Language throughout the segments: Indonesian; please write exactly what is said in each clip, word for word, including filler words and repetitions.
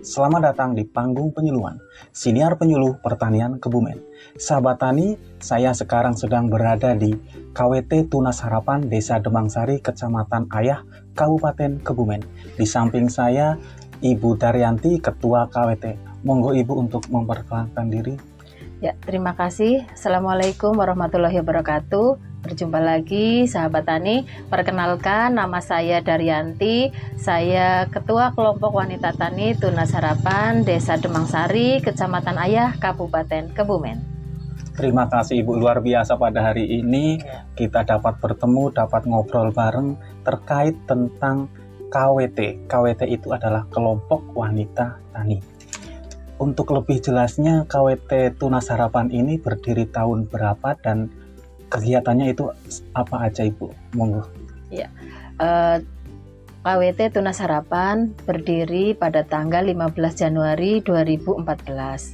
Selamat datang di Panggung Penyuluhan, Siniar Penyuluh Pertanian Kebumen. Sahabat Tani, saya sekarang sedang berada di K W T Tunas Harapan Desa Demangsari, Kecamatan Ayah, Kabupaten Kebumen. Di samping saya, Ibu Daryanti, Ketua K W T. Monggo Ibu untuk memperkenalkan diri. Ya, terima kasih. Assalamualaikum warahmatullahi wabarakatuh. Berjumpa lagi sahabat tani. Perkenalkan, nama saya Daryanti. Saya Ketua Kelompok Wanita Tani Tunas Harapan Desa Demangsari, Kecamatan Ayah, Kabupaten Kebumen. Terima kasih Ibu, luar biasa pada hari ini kita dapat bertemu, dapat ngobrol bareng terkait tentang K W T. K W T itu adalah Kelompok Wanita Tani. Untuk lebih jelasnya, K W T Tunas Harapan ini berdiri tahun berapa dan kegiatannya itu apa aja Ibu? Monggo. Ya, uh, K W T Tunas Harapan berdiri pada tanggal lima belas Januari dua ribu empat belas.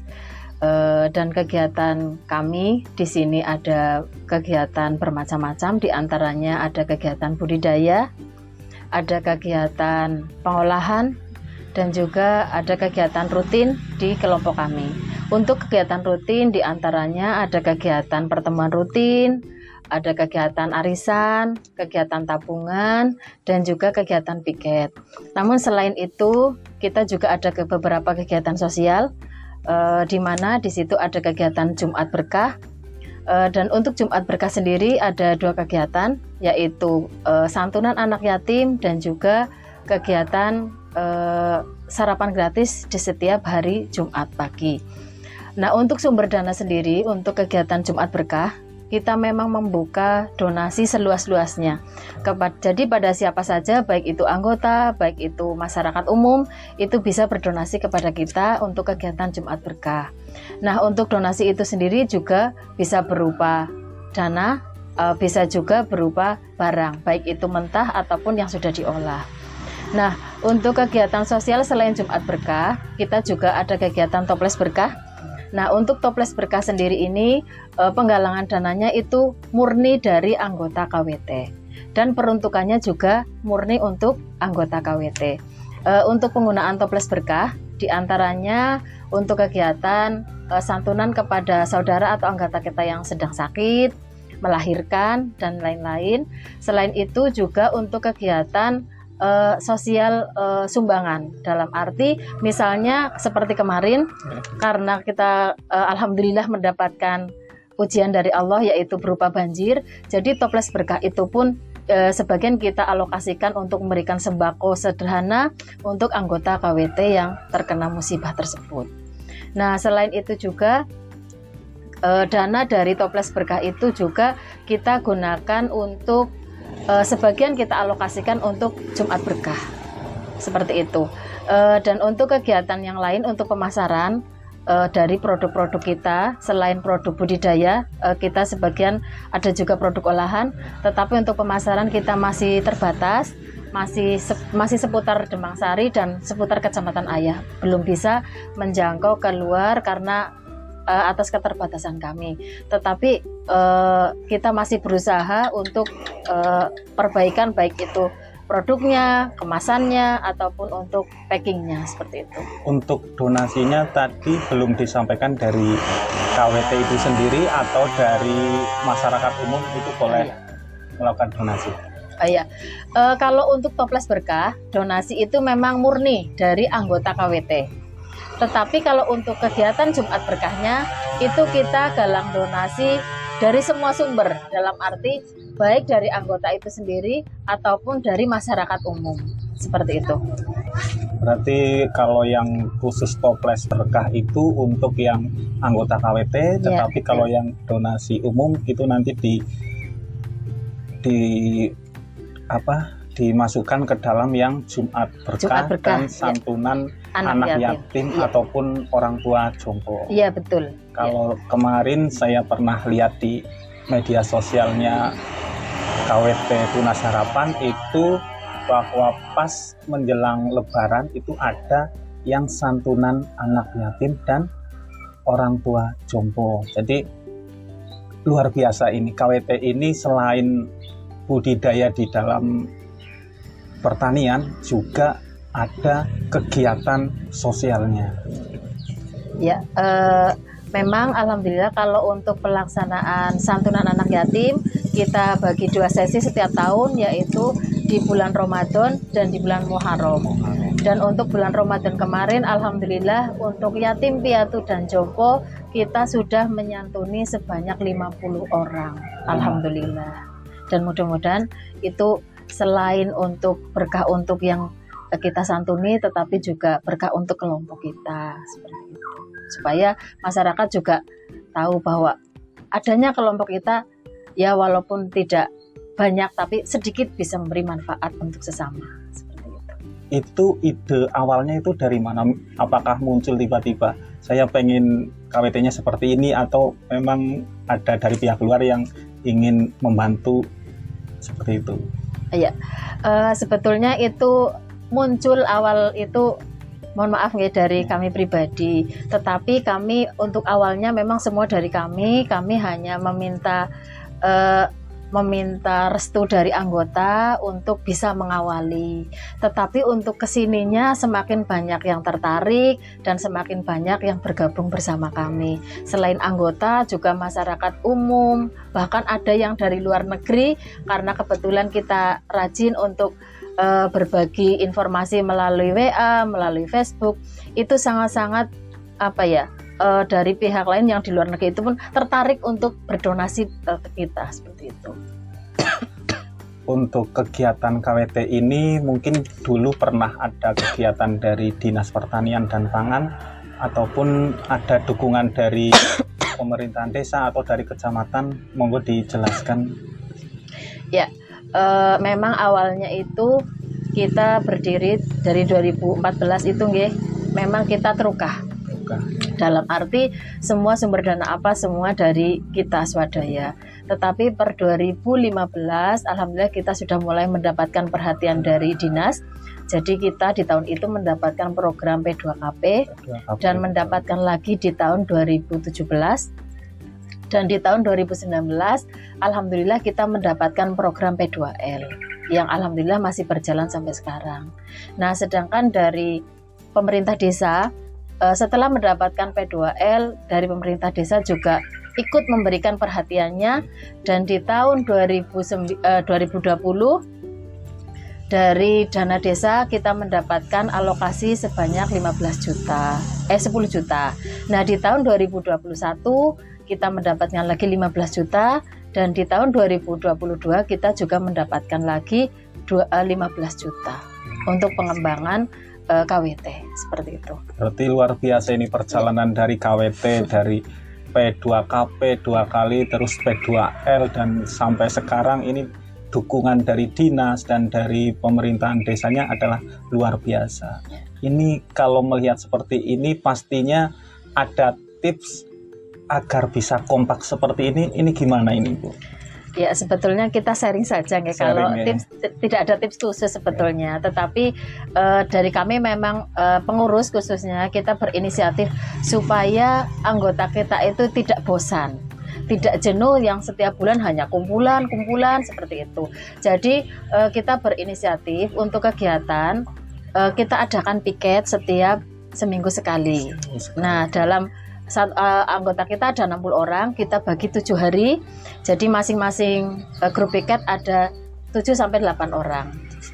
Uh, dan kegiatan kami di sini ada kegiatan bermacam-macam, diantaranya ada kegiatan budidaya, ada kegiatan pengolahan, dan juga ada kegiatan rutin di kelompok kami. Untuk kegiatan rutin diantaranya ada kegiatan pertemuan rutin, ada kegiatan arisan, kegiatan tabungan, dan juga kegiatan piket. Namun selain itu, kita juga ada ke beberapa kegiatan sosial, eh, di mana di situ ada kegiatan Jumat Berkah. Eh, dan untuk Jumat Berkah sendiri ada dua kegiatan, yaitu eh, santunan anak yatim dan juga kegiatan eh, sarapan gratis di setiap hari Jumat pagi. Nah, untuk sumber dana sendiri untuk kegiatan Jumat Berkah, kita memang membuka donasi seluas-luasnya. Jadi pada siapa saja, baik itu anggota, baik itu masyarakat umum, itu bisa berdonasi kepada kita untuk kegiatan Jumat Berkah. Nah, untuk donasi itu sendiri juga bisa berupa dana, bisa juga berupa barang, baik itu mentah ataupun yang sudah diolah. Nah, untuk kegiatan sosial selain Jumat Berkah, kita juga ada kegiatan Toples Berkah. Nah, untuk Toples Berkah sendiri ini, eh, penggalangan dananya itu murni dari anggota K W T. Dan peruntukannya juga murni untuk anggota K W T. Eh, untuk penggunaan Toples Berkah, diantaranya untuk kegiatan eh, santunan kepada saudara atau anggota kita yang sedang sakit, melahirkan, dan lain-lain. Selain itu juga untuk kegiatan Uh, sosial uh, sumbangan, dalam arti misalnya seperti kemarin karena kita uh, alhamdulillah mendapatkan ujian dari Allah yaitu berupa banjir, jadi Toples Berkah itu pun uh, sebagian kita alokasikan untuk memberikan sembako sederhana untuk anggota K W T yang terkena musibah tersebut. Nah, selain itu juga uh, dana dari Toples Berkah itu juga kita gunakan untuk Uh, sebagian kita alokasikan untuk Jumat Berkah, seperti itu. Uh, dan untuk kegiatan yang lain, untuk pemasaran uh, dari produk-produk kita, selain produk budidaya, uh, kita sebagian ada juga produk olahan, tetapi untuk pemasaran kita masih terbatas, masih se masih seputar Demangsari dan seputar Kecamatan Ayah, belum bisa menjangkau keluar karena Uh, atas keterbatasan kami, tetapi uh, kita masih berusaha untuk uh, perbaikan baik itu produknya, kemasannya, ataupun untuk packingnya, seperti itu. Untuk donasinya tadi belum disampaikan dari K W T itu sendiri atau dari masyarakat umum itu boleh oh, iya. melakukan donasi? Oh, iya. Uh, kalau untuk Toples Berkah, donasi itu memang murni dari anggota K W T. Tetapi kalau untuk kegiatan Jumat Berkahnya, itu kita galang donasi dari semua sumber, dalam arti baik dari anggota itu sendiri ataupun dari masyarakat umum, seperti itu. Berarti kalau yang khusus Toples Berkah itu untuk yang anggota K W T, tetapi ya, kalau yang donasi umum itu nanti di di apa? dimasukkan ke dalam yang Jumat Berkah, Jumat Berkah dan santunan ya. anak, anak yatim, yatim ya. ataupun orang tua jompo. Iya, betul. Kalau ya. kemarin saya pernah lihat di media sosialnya K W T Tunas Harapan itu bahwa pas menjelang Lebaran itu ada yang santunan anak yatim dan orang tua jompo. Jadi luar biasa ini K W T ini, selain budidaya di dalam pertanian juga ada kegiatan sosialnya. Ya, eh, memang alhamdulillah kalau untuk pelaksanaan santunan anak yatim kita bagi dua sesi setiap tahun, yaitu di bulan Ramadan dan di bulan Muharram. Dan untuk bulan Ramadan kemarin alhamdulillah untuk yatim piatu dan jompo kita sudah menyantuni sebanyak lima puluh orang. Alhamdulillah. Dan mudah-mudahan itu selain untuk berkah untuk yang kita santuni, tetapi juga berkah untuk kelompok kita, seperti itu. Supaya masyarakat juga tahu bahwa adanya kelompok kita ya walaupun tidak banyak tapi sedikit bisa memberi manfaat untuk sesama, seperti itu. Itu ide awalnya itu dari mana? Apakah muncul tiba-tiba saya pengen K W T-nya seperti ini, atau memang ada dari pihak luar yang ingin membantu seperti itu? Iya, uh, sebetulnya itu muncul awal itu, mohon maaf ya, dari kami pribadi. Tetapi kami untuk awalnya memang semua dari kami, kami hanya meminta uh, meminta restu dari anggota untuk bisa mengawali. Tetapi untuk kesininya semakin banyak yang tertarik dan semakin banyak yang bergabung bersama kami. Selain anggota juga masyarakat umum, bahkan ada yang dari luar negeri, karena kebetulan kita rajin untuk uh, berbagi informasi melalui W A, melalui Facebook. Itu sangat-sangat apa ya, Uh, dari pihak lain yang di luar negeri itu pun tertarik untuk berdonasi uh, ke kita, seperti itu. Untuk kegiatan K W T ini mungkin dulu pernah ada kegiatan dari Dinas Pertanian dan Pangan, ataupun ada dukungan dari pemerintahan desa atau dari kecamatan, monggo dijelaskan. Ya, uh, memang awalnya itu kita berdiri dari dua ribu empat belas itu nggih, memang kita terukah. Dalam arti semua sumber dana apa semua dari kita swadaya. Tetapi per dua ribu lima belas alhamdulillah kita sudah mulai mendapatkan perhatian dari dinas. Jadi kita di tahun itu mendapatkan program P dua K P dan mendapatkan lagi di tahun dua ribu tujuh belas. Dan di tahun dua ribu sembilan belas alhamdulillah kita mendapatkan program P dua L yang alhamdulillah masih berjalan sampai sekarang. Nah, sedangkan dari pemerintah desa, setelah mendapatkan P dua L dari pemerintah desa juga ikut memberikan perhatiannya, dan di tahun dua ribu dua puluh dari dana desa kita mendapatkan alokasi sebanyak lima belas juta, eh sepuluh juta. Nah, di tahun dua ribu dua puluh satu kita mendapatkan lagi lima belas juta, dan di tahun dua ribu dua puluh dua kita juga mendapatkan lagi lima belas juta untuk pengembangan K W T, seperti itu. Berarti luar biasa ini perjalanan dari K W T, dari P dua K P dua kali, terus P dua L, dan sampai sekarang ini dukungan dari dinas dan dari pemerintahan desanya adalah luar biasa. Ini kalau melihat seperti ini pastinya ada tips agar bisa kompak seperti ini. Ini gimana ini, Bu? Ya, sebetulnya kita sharing saja ya, kalau ya. Tips tidak ada tips khusus sebetulnya, tetapi uh, dari kami memang uh, pengurus khususnya kita berinisiatif supaya anggota kita itu tidak bosan, tidak jenuh yang setiap bulan hanya kumpulan-kumpulan seperti itu. Jadi uh, kita berinisiatif untuk kegiatan, uh, kita adakan piket setiap seminggu sekali. Nah, dalam Saat, uh, anggota kita ada enam puluh orang, kita bagi tujuh hari. Jadi masing-masing uh, grup piket ada tujuh sampai delapan orang.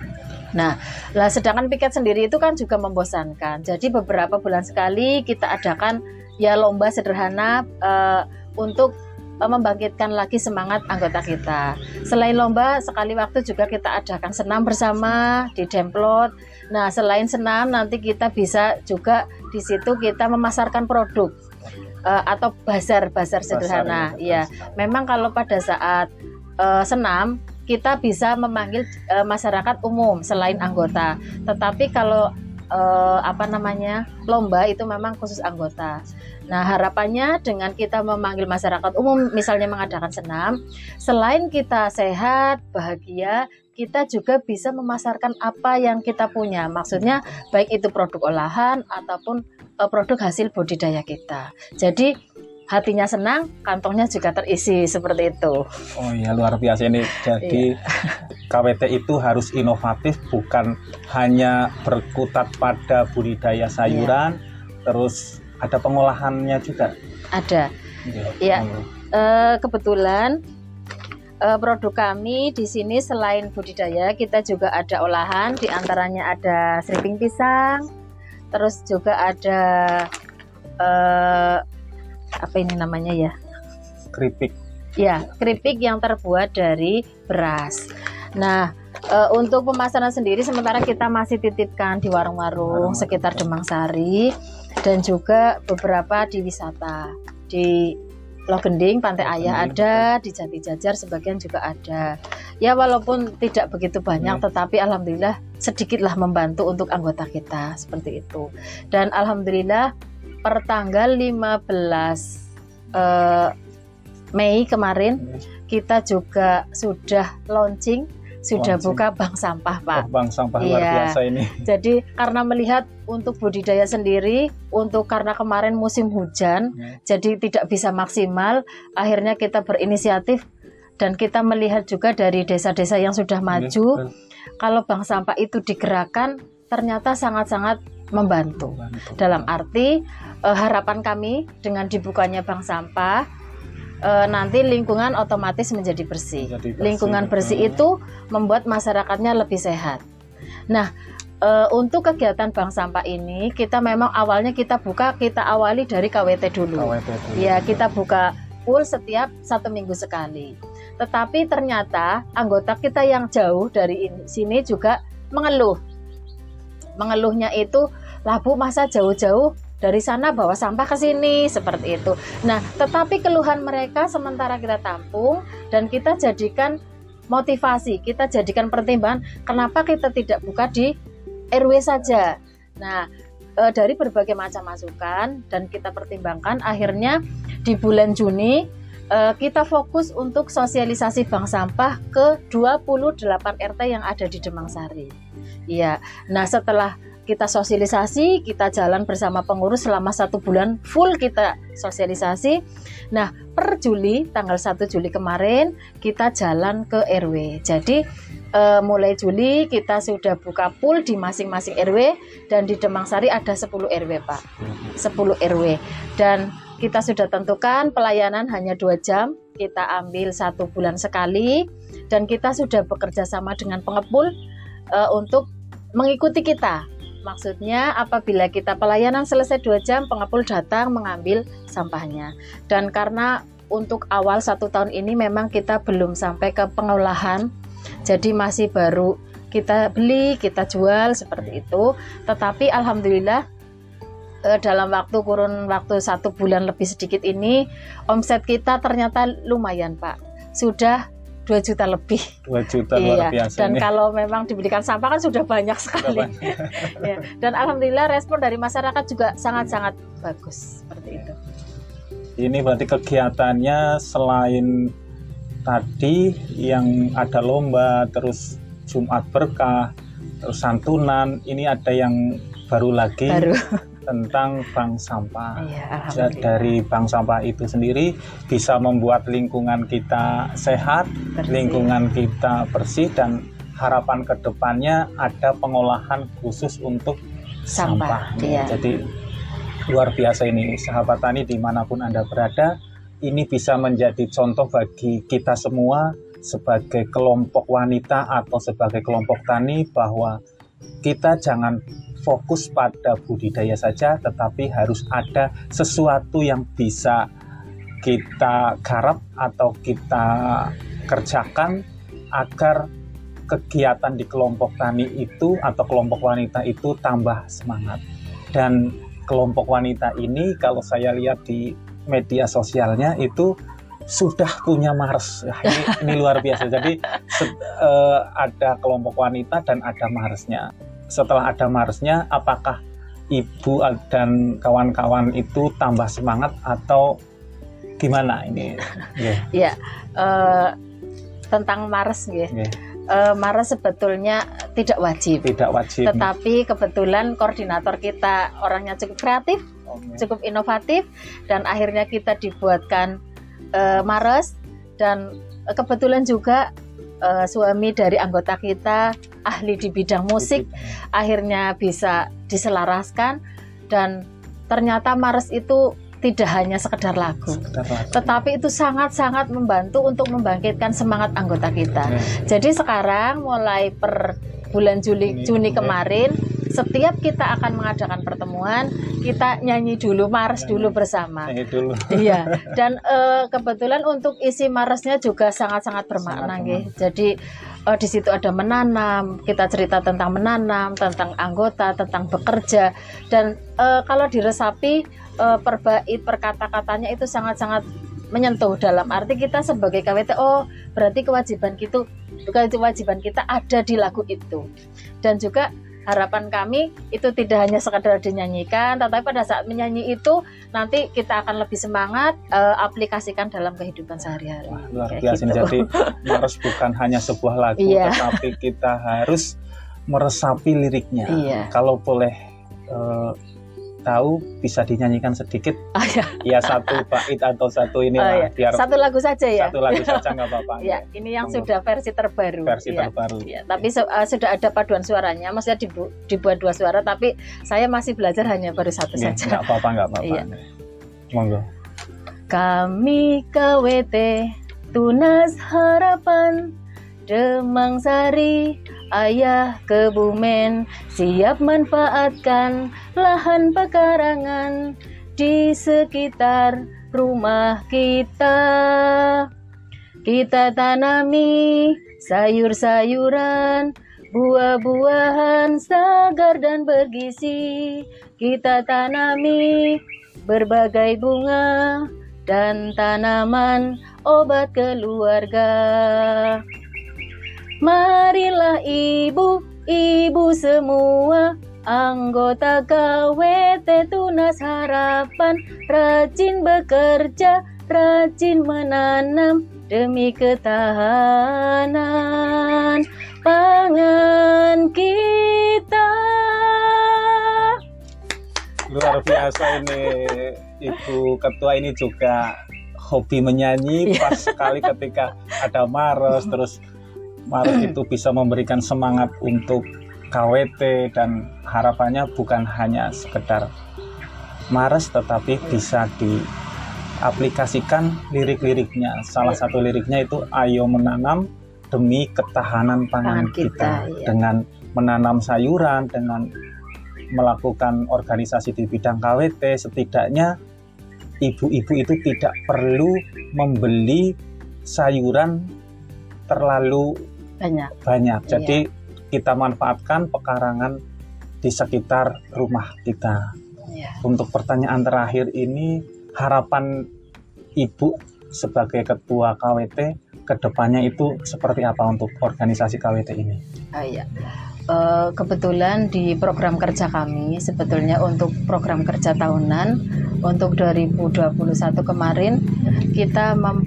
Nah, lah sedangkan piket sendiri itu kan juga membosankan. Jadi beberapa bulan sekali kita adakan ya lomba sederhana uh, untuk uh, membangkitkan lagi semangat anggota kita. Selain lomba, sekali waktu juga kita adakan senam bersama di Demplot. Nah, selain senam nanti kita bisa juga di situ kita memasarkan produk. Uh, atau bazar-bazar sederhana. Ya, memang kalau pada saat uh, senam kita bisa memanggil uh, masyarakat umum selain anggota. Tetapi kalau uh, apa namanya lomba itu memang khusus anggota. Nah, harapannya dengan kita memanggil masyarakat umum, misalnya mengadakan senam, selain kita sehat, bahagia, kita juga bisa memasarkan apa yang kita punya. Maksudnya baik itu produk olahan ataupun produk hasil budidaya kita. Jadi hatinya senang, kantongnya juga terisi seperti itu. Oh iya, luar biasa ini. Jadi K W T itu harus inovatif, bukan hanya berkutat pada budidaya sayuran, iya. terus ada pengolahannya juga. Ada. Ya, uh, kebetulan uh, produk kami di sini selain budidaya, kita juga ada olahan, diantaranya ada seriping pisang, terus juga ada uh, apa ini namanya ya? Keripik. Ya, keripik yang terbuat dari beras. Nah, e, untuk pemasaran sendiri sementara kita masih titipkan di warung-warung sekitar Demang Sari dan juga beberapa di wisata. Di Logending, Pantai Ayah ada, di Jati Jajar sebagian juga ada. Ya walaupun tidak begitu banyak, hmm. tetapi alhamdulillah sedikitlah membantu untuk anggota kita seperti itu. Dan alhamdulillah per tanggal lima belas e, Mei kemarin kita juga sudah launching, sudah launching. buka bank sampah, Pak. Bank sampah luar iya. biasa ini. Jadi karena melihat untuk budidaya sendiri, untuk karena kemarin musim hujan, hmm. jadi tidak bisa maksimal, akhirnya kita berinisiatif dan kita melihat juga dari desa-desa yang sudah maju, hmm. kalau bank sampah itu digerakkan, ternyata sangat-sangat membantu. membantu. Dalam arti eh, harapan kami dengan dibukanya bank sampah, E, nanti lingkungan otomatis menjadi bersih. Menjadi bersih. Lingkungan bersih itu membuat masyarakatnya lebih sehat. Nah, e, untuk kegiatan bank sampah ini kita memang awalnya kita buka, kita awali dari K W T dulu. K W T dulu. Ya, kita buka full setiap satu minggu sekali. Tetapi ternyata anggota kita yang jauh dari ini, sini juga mengeluh. Mengeluhnya itu, lah Bu, masa jauh-jauh dari sana bawa sampah ke sini, seperti itu. Nah, tetapi keluhan mereka sementara kita tampung dan kita jadikan motivasi, kita jadikan pertimbangan kenapa kita tidak buka di R W saja. Nah, e, dari berbagai macam masukan dan kita pertimbangkan, akhirnya di bulan Juni e, kita fokus untuk sosialisasi bank sampah ke dua puluh delapan R T yang ada di Demang Sari. Iya. Nah, setelah kita sosialisasi, kita jalan bersama pengurus selama satu bulan full kita sosialisasi. Nah, per Juli, tanggal satu Juli kemarin, kita jalan ke R W. Jadi, e, mulai Juli kita sudah buka full di masing-masing R W dan di Demang Sari ada sepuluh R W, Pak. sepuluh R W. Dan kita sudah tentukan pelayanan hanya dua jam, kita ambil satu bulan sekali, dan kita sudah bekerja sama dengan pengepul e, untuk mengikuti kita. Maksudnya apabila kita pelayanan selesai dua jam, pengepul datang mengambil sampahnya. Dan karena untuk awal satu tahun ini memang kita belum sampai ke pengolahan, jadi masih baru kita beli, kita jual seperti itu. Tetapi alhamdulillah eh, dalam waktu kurun waktu satu bulan lebih sedikit ini, omset kita ternyata lumayan, Pak. Sudah dua juta lebih. dua juta luar iya. biasa. Dan ini. kalau memang diberikan sampah kan sudah banyak sekali. Sudah banyak. Ya. Dan alhamdulillah respon dari masyarakat juga sangat-sangat bagus seperti itu. Ini berarti kegiatannya selain tadi yang ada lomba, terus Jumat berkah, terus santunan, ini ada yang baru lagi. Baru. Tentang bank sampah. Iya, dari bank sampah itu sendiri bisa membuat lingkungan kita sehat, bersih. Lingkungan kita bersih, dan harapan kedepannya ada pengolahan khusus untuk sampah. sampah. Iya. Jadi luar biasa ini, sahabat tani dimanapun Anda berada, ini bisa menjadi contoh bagi kita semua sebagai kelompok wanita atau sebagai kelompok tani bahwa kita jangan fokus pada budidaya saja, tetapi harus ada sesuatu yang bisa kita garap atau kita kerjakan agar kegiatan di kelompok tani itu atau kelompok wanita itu tambah semangat. Dan kelompok wanita ini kalau saya lihat di media sosialnya itu sudah punya Mars. Ini, ini luar biasa. Jadi se, uh, ada kelompok wanita dan ada Marsnya. Setelah ada Marsnya, apakah ibu dan kawan-kawan itu tambah semangat atau gimana ini? Yeah. Ya, uh, tentang Mars, ya. Yeah. Uh, Mars sebetulnya tidak wajib. Tidak wajib. Tetapi kebetulan koordinator kita orangnya cukup kreatif, Okay. cukup inovatif, dan akhirnya kita dibuatkan uh, Mares. Dan uh, kebetulan juga uh, suami dari anggota kita ahli di bidang musik, akhirnya bisa diselaraskan, dan ternyata Mares itu tidak hanya sekedar lagu, sekedar lagu. tetapi itu sangat-sangat membantu untuk membangkitkan semangat anggota kita. Hmm. Jadi sekarang mulai per bulan Juli, Juni kemarin, setiap kita akan mengadakan pertemuan, kita nyanyi dulu Mares dulu bersama. Nyanyi dulu. Iya. Dan uh, kebetulan untuk isi Maresnya juga sangat-sangat bermakna, sangat. Jadi uh, di situ ada menanam, kita cerita tentang menanam, tentang anggota, tentang bekerja, dan uh, kalau diresapi uh, perbait perkata-katanya itu sangat-sangat menyentuh, dalam arti kita sebagai K W T, oh berarti kewajiban kita kewajiban kita ada di lagu itu. Dan juga harapan kami itu tidak hanya sekadar dinyanyikan, tetapi pada saat menyanyi itu nanti kita akan lebih semangat uh, aplikasikan dalam kehidupan sehari-hari. Luar biasa. Gitu. Jadi Mares bukan hanya sebuah lagu, yeah. tetapi kita harus meresapi liriknya. Yeah. Kalau boleh uh, tahu, bisa dinyanyikan sedikit, oh, ya. ya satu bait atau satu ini lah, oh, ya. biar satu lagu saja ya. Satu lagu saja nggak apa-apa. Ya, ini yang Tunggu. sudah versi terbaru. Versi ya. terbaru. Ya, tapi uh, sudah ada paduan suaranya, maksudnya dibu dibuat dua suara, tapi saya masih belajar hanya baru satu ya, saja. Nggak apa-apa, nggak apa-apa. Ya. Monggo. Kami K W T Tunas Harapan Demang Sari, Ayah Kebumen, siap manfaatkan lahan pekarangan di sekitar rumah kita. Kita tanami sayur-sayuran, buah-buahan segar dan bergizi. Kita tanami berbagai bunga dan tanaman obat keluarga. Marilah ibu-ibu semua, anggota K W T Tunas Harapan, rajin bekerja, rajin menanam demi ketahanan pangan kita. Luar biasa ini, Ibu Ketua ini juga hobi menyanyi, pas sekali ketika ada Mares, terus Mares itu bisa memberikan semangat untuk K W T, dan harapannya bukan hanya sekedar Mares tetapi bisa diaplikasikan lirik-liriknya. Salah satu liriknya itu ayo menanam demi ketahanan pangan, pangan kita, kita iya. Dengan menanam sayuran, dengan melakukan organisasi di bidang K W T, setidaknya ibu-ibu itu tidak perlu membeli sayuran terlalu banyak. banyak. Jadi iya. kita manfaatkan pekarangan di sekitar rumah kita. Iya. Untuk pertanyaan terakhir ini, harapan Ibu sebagai Ketua K W T kedepannya itu seperti apa untuk organisasi K W T ini? Oh, iya. Uh, kebetulan di program kerja kami, sebetulnya untuk program kerja tahunan untuk dua ribu dua puluh satu kemarin, kita mem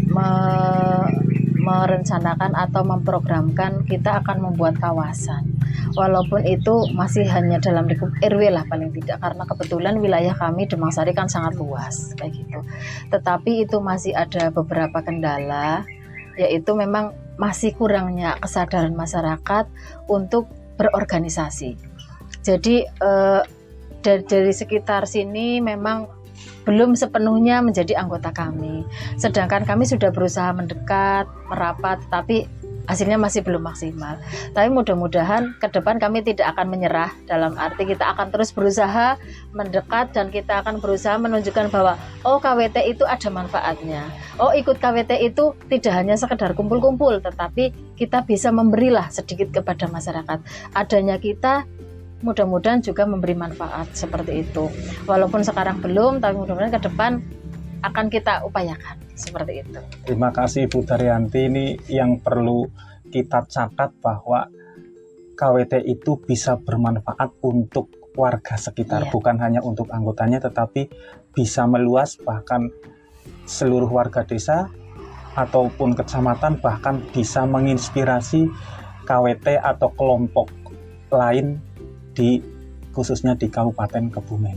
merencanakan atau memprogramkan kita akan membuat kawasan, walaupun itu masih hanya dalam lingkup R W lah paling tidak, karena kebetulan wilayah kami Demang Sari kan sangat luas kayak gitu. Tetapi itu masih ada beberapa kendala, yaitu memang masih kurangnya kesadaran masyarakat untuk berorganisasi. Jadi eh, dari, dari sekitar sini memang belum sepenuhnya menjadi anggota kami. Sedangkan kami sudah berusaha mendekat, merapat, tapi hasilnya masih belum maksimal. Tapi mudah-mudahan ke depan kami tidak akan menyerah, dalam arti kita akan terus berusaha mendekat, dan kita akan berusaha menunjukkan bahwa oh K W T itu ada manfaatnya. Oh ikut K W T itu tidak hanya sekedar kumpul-kumpul, tetapi kita bisa memberilah sedikit kepada masyarakat. Adanya kita mudah-mudahan juga memberi manfaat seperti itu. Walaupun sekarang belum, tapi mudah-mudahan ke depan akan kita upayakan seperti itu. Terima kasih Ibu Daryanti. Ini yang perlu kita catat bahwa K W T itu bisa bermanfaat untuk warga sekitar, iya. bukan hanya untuk anggotanya, tetapi bisa meluas, bahkan seluruh warga desa ataupun kecamatan, bahkan bisa menginspirasi K W T atau kelompok lain di khususnya di Kabupaten Kebumen.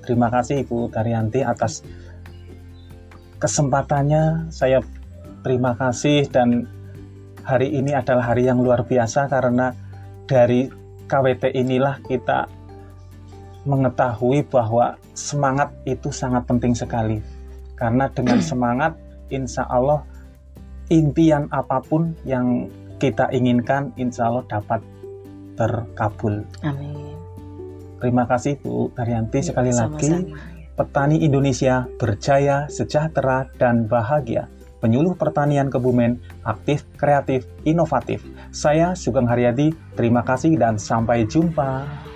Terima kasih Ibu Daryanti atas kesempatannya. Saya terima kasih, dan hari ini adalah hari yang luar biasa karena dari K W T inilah kita mengetahui bahwa semangat itu sangat penting sekali. Karena dengan semangat, insya Allah impian apapun yang kita inginkan, insya Allah dapat terkabul. Amin. Terima kasih Bu Daryanti. Sekali Sama-sama. lagi, petani Indonesia berjaya, sejahtera, dan bahagia. Penyuluh Pertanian Kebumen, aktif, kreatif, inovatif. Saya Sugeng Haryadi, terima kasih dan sampai jumpa.